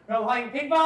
让我们欢迎乒乓。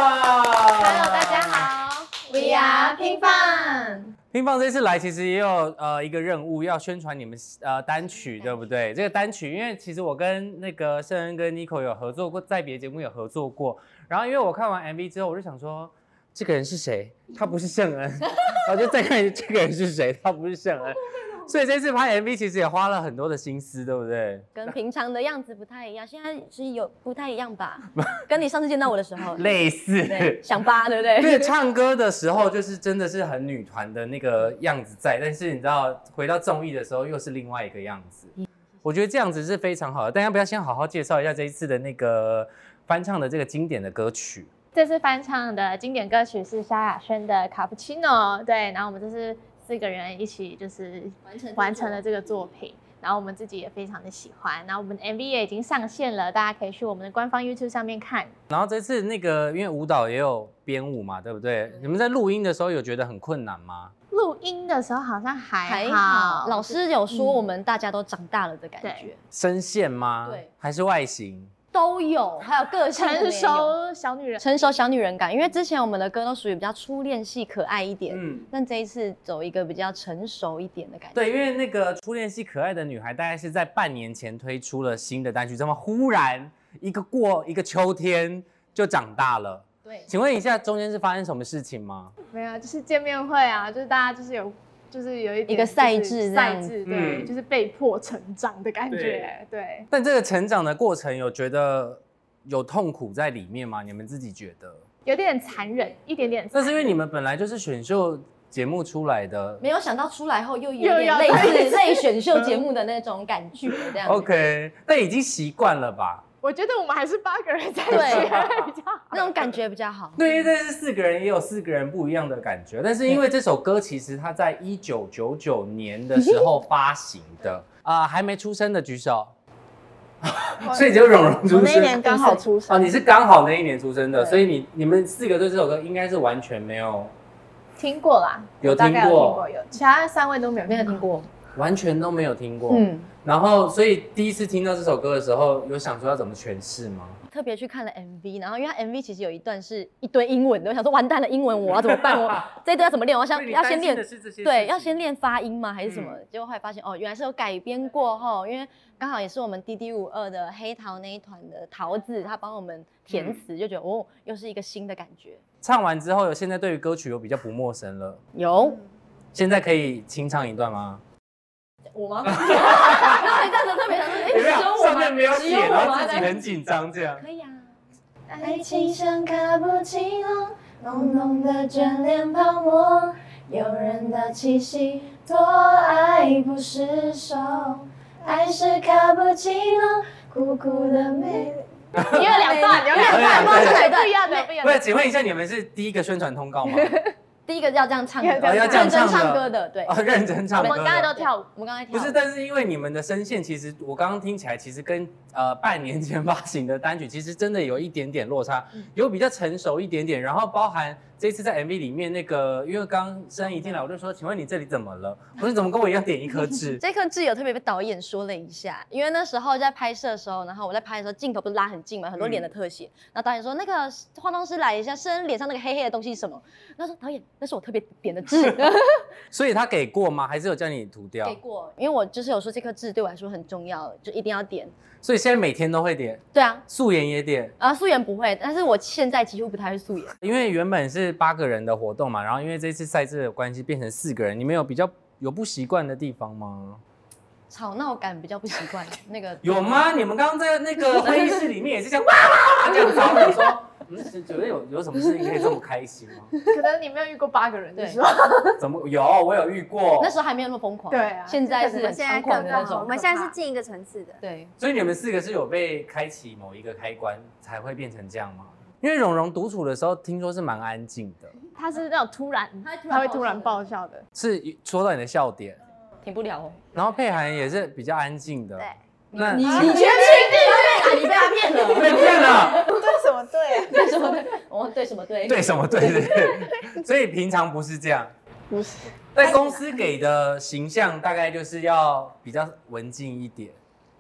Hello， 大家好 ，We are 乒乓。 乒乓这次来其实也有一个任务，要宣传你们单曲，对不对？这个单曲，因为其实我跟那个盛恩跟 Nico 有合作过，在别的节目有合作过。然后因为我看完 MV 之后，我就想说，这个人是谁？他不是盛恩。然后就再看这个人是谁？他不是盛恩。所以这次拍 MV 其实也花了很多的心思，对不对？ 跟平常的样子不太一样，现在是有不太一样吧？跟你上次见到我的时候类似， 对，想吧，对不对？ 对，唱歌的时候就是真的是很女团的那个样子在，但是你知道回到综艺的时候又是另外一个样子。我觉得这样子是非常好的。但要不要先好好介绍一下这一次的那个翻唱的这个经典的歌曲？ 这次翻唱的经典歌曲是萧亚轩的《卡布奇诺》，对，然后我们这是4个人一起就是完成了这个作品，然后我们自己也非常的喜欢，然后我们的 MV 也已经上线了，大家可以去我们的官方 YouTube 上面看。 然后这次那个因为舞蹈也有编舞嘛，对不对？你们在录音的时候有觉得很困难吗？ 录音的时候好像还好，老师有说我们大家都长大了的感觉， 声线吗？ 对， 还是外形？ 都有，还有个性， 成熟小女人， 成熟小女人感。因为之前我们的歌都属于比较初恋系、可爱一点，但这一次走一个比较成熟一点的感觉。 对，因为那个初恋系可爱的女孩，大概是在半年前推出了新的单曲，这么忽然过一个秋天就长大了。对，请问一下，中间是发生什么事情吗？ 没有，就是见面会啊，就是大家就是有一个赛制， 对，就是被迫成长的感觉，对。 但这个成长的过程，有觉得有痛苦在里面吗？你们自己觉得？ 有点残忍，一点点。 那是因为你们本来就是选秀节目出来的， 没有想到出来后又有点类选秀节目的那种感觉，这样。 OK， 但已经习惯了吧？ 我觉得我们还是8个人在一起比较好， 那种感觉比较好。 对，因为这是4个人，也有4个人不一样的感觉。但是因为这首歌其实它在1999年的时候发行的，还没出生的举手。所以只有蓉蓉出生， 我那一年刚好出生。 哦，你是刚好那一年出生的，所以你们4个对这首歌应该是完全没有听过啦， 有听过， 有，其他3位都没有听过， 完全都没有听过。然后，所以第一次听到这首歌的时候，有想说要怎么诠释吗？ 特别去看了 MV， 然后因为它 MV 其实有一段是一堆英文的，我想说完蛋了，英文我要怎么办？我这一堆要怎么练？我想要先练，对，要先练发音吗？还是什么？结果后来发现哦，原来是有改编过后，因为刚好也是我们DD52的黑桃那一团的桃子，他帮我们填词，就觉得哦，又是一个新的感觉。 唱完之后，现在对于歌曲有比较不陌生了。 有， 现在可以清唱一段吗？ 我吗？那你这样子特别想说， 有没有？上面没有写，然后自己很紧张这样。 可以啊。 爱情像卡布奇诺，浓浓的眷恋泡沫，诱人的气息，多爱不释手。爱是卡布奇诺，苦苦的美。 你有2段，有2段， 不是哪一段？ 不一样的，不一样的。 不是，请问一下，你们是第一个宣传通告吗？ 第一个要这样唱歌， 要这样唱歌的，对， 认真唱歌。 我们刚才都跳舞， 我们刚才跳舞。 不是，但是因为你们的声线，其实我刚刚听起来，其实跟半年前发行的单曲，其实真的有一点点落差，有比较成熟一点点，然后包含这次在 MV 里面那个，因为刚声一进来，我就说，请问你这里怎么了？我说怎么跟我一样点一颗痣？ 这颗痣有特别被导演说了一下，因为那时候在拍摄的时候，然后我在拍的时候镜头不是拉很近嘛，很多脸的特写，然后导演说那个化妆师来一下，伸脸上那个黑黑的东西是什么？然后说导演，那是我特别点的痣。 所以他给过吗？还是有叫你涂掉？ 给过，因为我就是有说这颗痣对我来说很重要，就一定要点。 所以现在每天都会点？ 对啊， 素颜也点啊，素颜不会，但是我现在几乎不太会素颜， 因为原本是8个人的活动嘛，然后因为这次赛制的关系变成4个人，你们有比较不习惯的地方吗？ 吵闹感比较不习惯，那个有吗？你们刚刚在那个会议室里面也是这样哇哇哇这样子，我说，觉得有什么事情可以这么开心吗？ 可能你没有遇过8个人的时候， 怎么有？我有遇过， 那时候还没有那么疯狂。 对啊， 现在是很猖狂的那种。 我们现在是进一个层次的。 对， 所以你们4个是有被开启某一个开关才会变成这样吗？因为蓉蓉独处的时候，听说是蛮安静的。 他是那种他会突然爆笑的， 是说到你的笑点。 停不了哦。 然后佩涵也是比较安静的。 对。 那你确定？你被他骗了。 被骗了。 对什么对？ 对什么对？我对什么对？ 对什么对对。所以平常不是这样。 不是。 在公司给的形象大概就是要比较文静一点。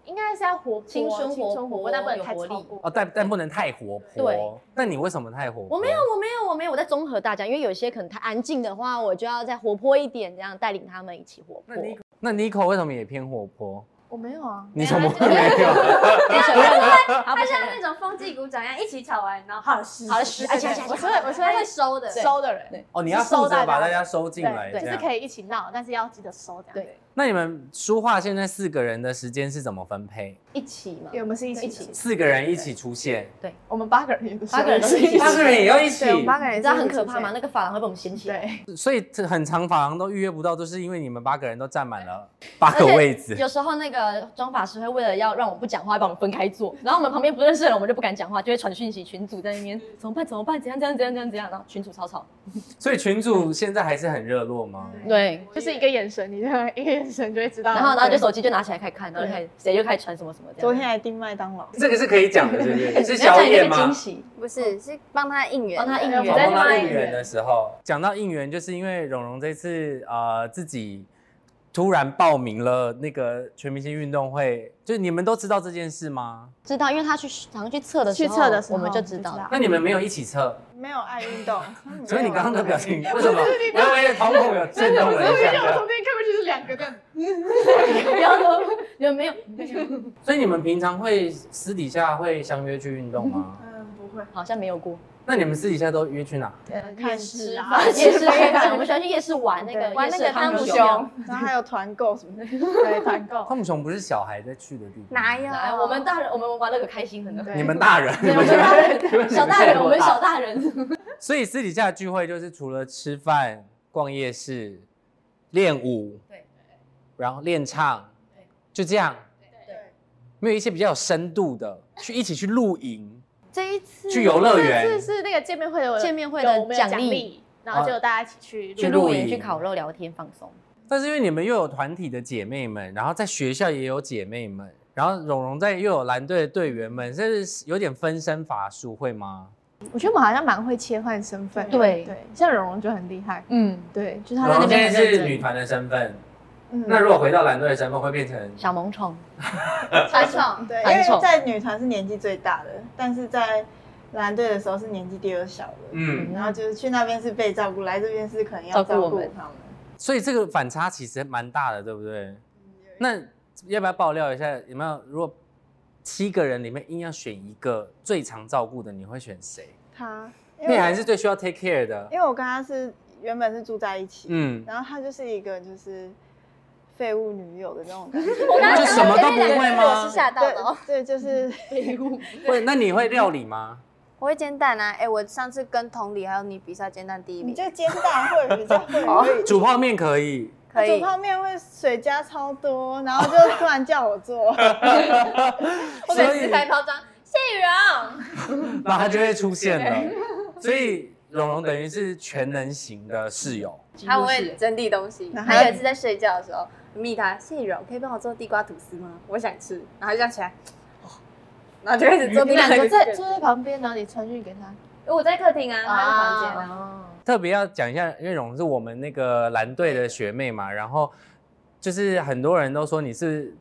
应该是要活泼、 青春活泼但不能太有活力超过。 哦，但不能太活泼。 对， 那你为什么太活泼？ 我没有，我在综合大家，因为有些可能太安静的话，我就要再活泼一点，这样带领他们一起活泼。 那 Nico 为什么也偏活泼？ 我没有啊， 你怎么会没有？ 不承认了，他不他承认。 像那种风纪鼓掌一样，一起吵完，然后好了， 好了，是， 我是会收的， 收的人， 哦，你要负责把大家收进来， 对这样。 是可以一起闹，但是要记得收这样。 对， 那你们书画现在4个人的时间是怎么分配一起嘛， 因为我们是一一起起， ？4个人一起出现， 我们8个人也都是 8个人都是一起 8个人也要一起对，我们8个人也是你知道很可怕吗？那个发廊会被我们掀起来。 对， 所以很长发廊都预约不到，都是因为你们8个人都占满了8个位置。 有时候那个妆发师会为了要让我不讲话，把我们分开坐，然后我们旁边不认识的人，我们就不敢讲话，就会传讯息群组在那边怎么办？怎样，然后群组吵吵。 所以群主现在还是很热络吗？ 对， 就是一个眼神，你这样一个眼神就会知道。 然后就手机就拿起来开始看，然后就开始谁就开始传什么什么这样。 昨天还订麦当劳， 这个是可以讲的，是不是？是你要宵夜吗讲一个惊？喜， 不是，是帮他应援， 帮他应援我在讲到帮应援的时候，讲到应援，就是因为蓉蓉这次自己突然报名了那个全明星运动会，就是你们都知道这件事吗？ 知道，因为他常去测的时候，我们就知道。 那你们没有一起测， 没有爱运动， 所以你刚刚的表情为什么？我也瞳孔有震动了一下。 从这边看过去是2个这样。 不要说没有， 所以你们平常会私底下会相约去运动吗？ 不会， 好像没有过。 那你们私底下都约去哪？ 看吃啊， 夜市开饭，我们喜欢去夜市玩那个玩那个汤姆熊， 然后还有团购什么的。 对，团购。 汤姆熊不是小孩在去的地方。 哪有？ 来，我们大人我们玩那个开心很多。 你们大人， 对，我们大人，小大人，我们小大人。 所以私底下的聚会就是除了吃饭、逛夜市、练舞， 对， 然后练唱，就这样， 对， 没有一些比较有深度的，一起去露营， 这一次去游乐园这次是那个见面会的我们有奖励， 然后就大家一起去去露营去烤肉、聊天、放松。 但是因为你们又有团体的姐妹们，然后在学校也有姐妹们，然后蓉蓉在又有蓝队的队员们，这是有点分身乏术，会吗？ 我觉得我们好像蛮会切换身份， 对对，像蓉蓉就很厉害，对，就是她蓉蓉现在在那边很认真是女团的身份，那如果回到蓝队的身份，会变成小萌宠， 传宠， 对，因为在女团是年纪最大的，但是在蓝队的时候是年纪第2小的，然后就是去那边是被照顾，来这边是可能要照顾他们， 所以这个反差其实蛮大的，对不对？那要不要爆料一下，有没有如果7个人里面硬要选一个最常照顾的，你会选谁？ 他， 你还是最需要 take care 的， 因为我跟他是原本是住在一起，然后他就是一个就是废物女友的那种感觉， 就什么都不会吗？ 我是吓到的哦。 对，就是废物。 会，那你会料理吗？ 我会煎蛋啊！我上次跟同理还有你比赛煎蛋第1名。 你就煎蛋会比较会， 煮泡面可以。 煮泡面会水加超多，然后就突然叫我做， 我每次开包装，谢雨蓉， 然后他就会出现了。所以蓉蓉等于是全能型的室友， 他会整理东西。他有一次在睡觉的时候，密他谢雨蓉，可以帮我做地瓜吐司吗？我想吃，然后就这样起来，然后就开始做地瓜吐司。 坐在旁边，然后你传讯给他。 我在客厅啊，他在房间啊。 特别要讲一下，因为蓉是我们那个蓝队的学妹嘛，然后就是很多人都说你是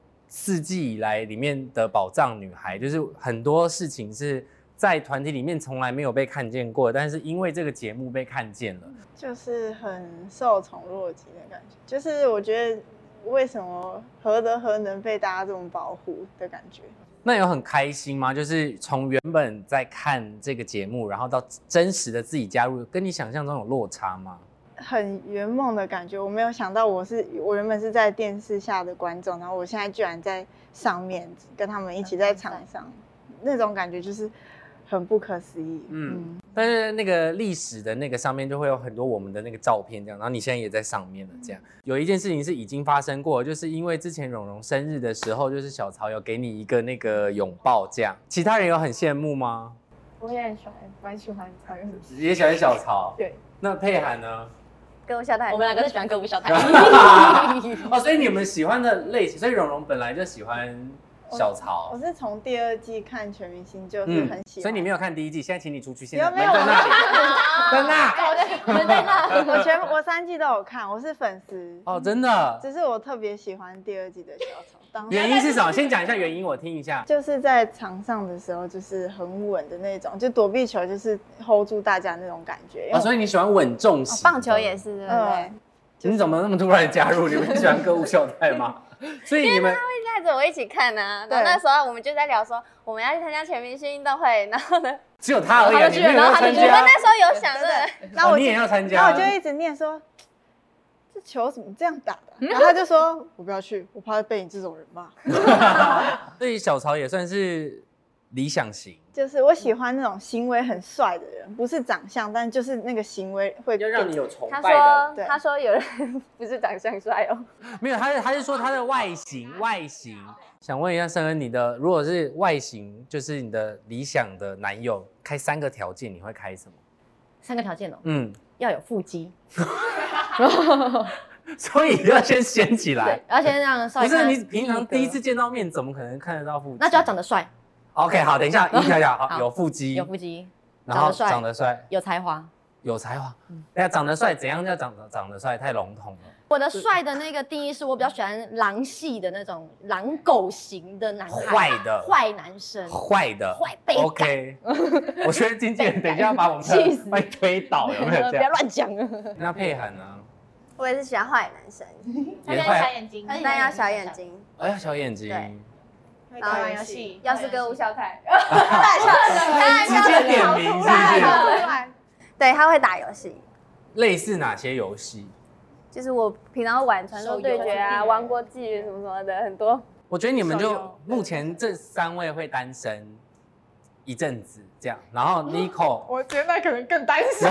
4季以来里面的宝藏女孩，就是很多事情是在团体里面从来没有被看见过，但是因为这个节目被看见了， 就是很受宠若惊的感觉。就是我觉得为什么何德何能被大家这么保护的感觉。 那有很开心吗？就是从原本在看这个节目，然后到真实的自己加入，跟你想象中有落差吗？ 很圆梦的感觉，我没有想到我原本是在电视下的观众，然后我现在居然在上面跟他们一起在场上，那种感觉就是很不可思议。 但是那个历史的那个上面就会有很多我们的那个照片这样，然后你现在也在上面了这样。有一件事情是已经发生过，就是因为之前蓉蓉生日的时候，就是小曹有给你一个那个拥抱这样，其他人有很羡慕吗？ 我也很喜欢，蛮喜欢曹佑哲， 也喜欢小曹。 对， 那佩涵呢？ 歌舞小太， 我们2个都喜欢歌舞小太。 哦，所以你们喜欢的类型，所以蓉蓉本来就喜欢小曹。 我是从第2季看全明星，就是很喜欢。 所以你没有看第1季，现在请你出去。现在有没有？ 在那里，在那， 人在那。 我3季都有看，我是粉丝。 哦，真的。 只是我特别喜欢第2季的小曹。 原因是什么？先讲一下原因，我听一下。 就是在场上的时候，就是很稳的那种，就躲避球就是 hold 住大家那种感觉。 哦，所以你喜欢稳重型。 棒球也是，对不对？ 你怎么那么突然加入？你们喜欢歌舞秀带吗？所以你们他会带着我一起看啊。然后那时候我们就在聊说，我们要去参加全明星运动会，然后呢， 只有他而已，你没有要参加。 我们那时候有想着， 然后你也要参加， 然后我就一直念说，这球怎么这样打的？然后他就说，我不要去，我怕被你这种人骂。 所以小曹也算是理想型。 就是我喜欢那种行为很帅的人，不是长相，但就是那个行为会就让你有崇拜的。 他说有人不是长相帅哦， 没有，他是说他的外形。想问一下盛恩，你的如果是外形，就是你的理想的男友，开3个条件，你会开什么 ？3个条件哦。要有腹肌。 所以要先掀起来， 要先让稍微。 不是你平常第1次见到面，怎么可能看得到腹肌？ 那就要长得帅。 OK， 好，等一下，一条条，好，有腹肌，然后长得帅， 有才华。 哎呀，长得帅，怎样叫长得帅？太笼统了。 我的帅的那个定义是我比较喜欢狼系的那种狼狗型的男孩，坏男生，坏背感。 OK， 我觉得经纪人等一下把我们快推倒，有没有这样？ 不要乱讲。 那佩涵呢？ 我也是喜欢坏男生， 他要小眼睛， 但要小眼睛。 哎呀，小眼睛。 对。 然后玩游戏， 要是歌舞小太， 直接点名是不是？ 对，他会打游戏。 类似哪些游戏？ 就是我平常玩传说对决啊、王国纪元什么什么的很多。 我觉得你们就目前这3位会单身一阵子这样，然后 Nico， 我觉得那可能更单身。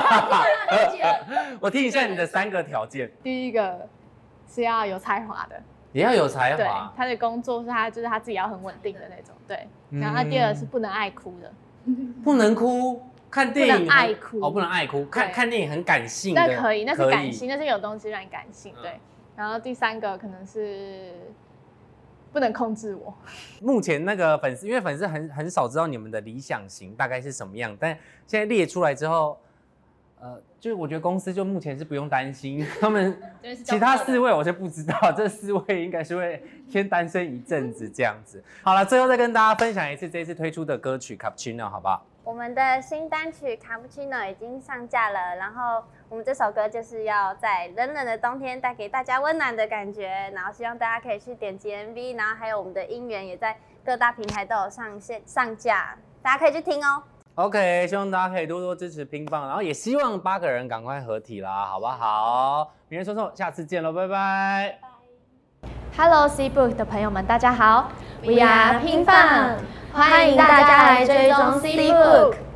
我听一下你的3个条件。 第1个是要有才华的。 也要有才华， 对，他的工作是他自己要很稳定的那种，对。然后他第2是不能爱哭的， 不能哭，看电影不能爱哭哦，不能爱哭，看电影很感性的， 那可以，那是感性，那是有东西让你感性，对。然后第3个可能是不能控制我。 目前那个粉丝，因为粉丝很少知道你们的理想型大概是什么样，但现在列出来之后。就是我觉得公司就目前是不用担心，他们其他4位我是不知道，这4位应该是会先单身一阵子这样子。好了，最后再跟大家分享一次这次推出的歌曲《Cappuccino》，好不好？ 我们的新单曲《Cappuccino》已经上架了，然后我们这首歌就是要在冷冷的冬天带给大家温暖的感觉，然后希望大家可以去点击 MV， 然后还有我们的音源也在各大平台都有上架，大家可以去听哦。 OK， 希望大家可以多多支持乒乓，然后也希望8个人赶快合体啦，好不好？名人说说，下次见喽，拜拜。 Hello C Book 的朋友们，大家好 ，We are 乒乓，欢迎大家来追踪 C Book。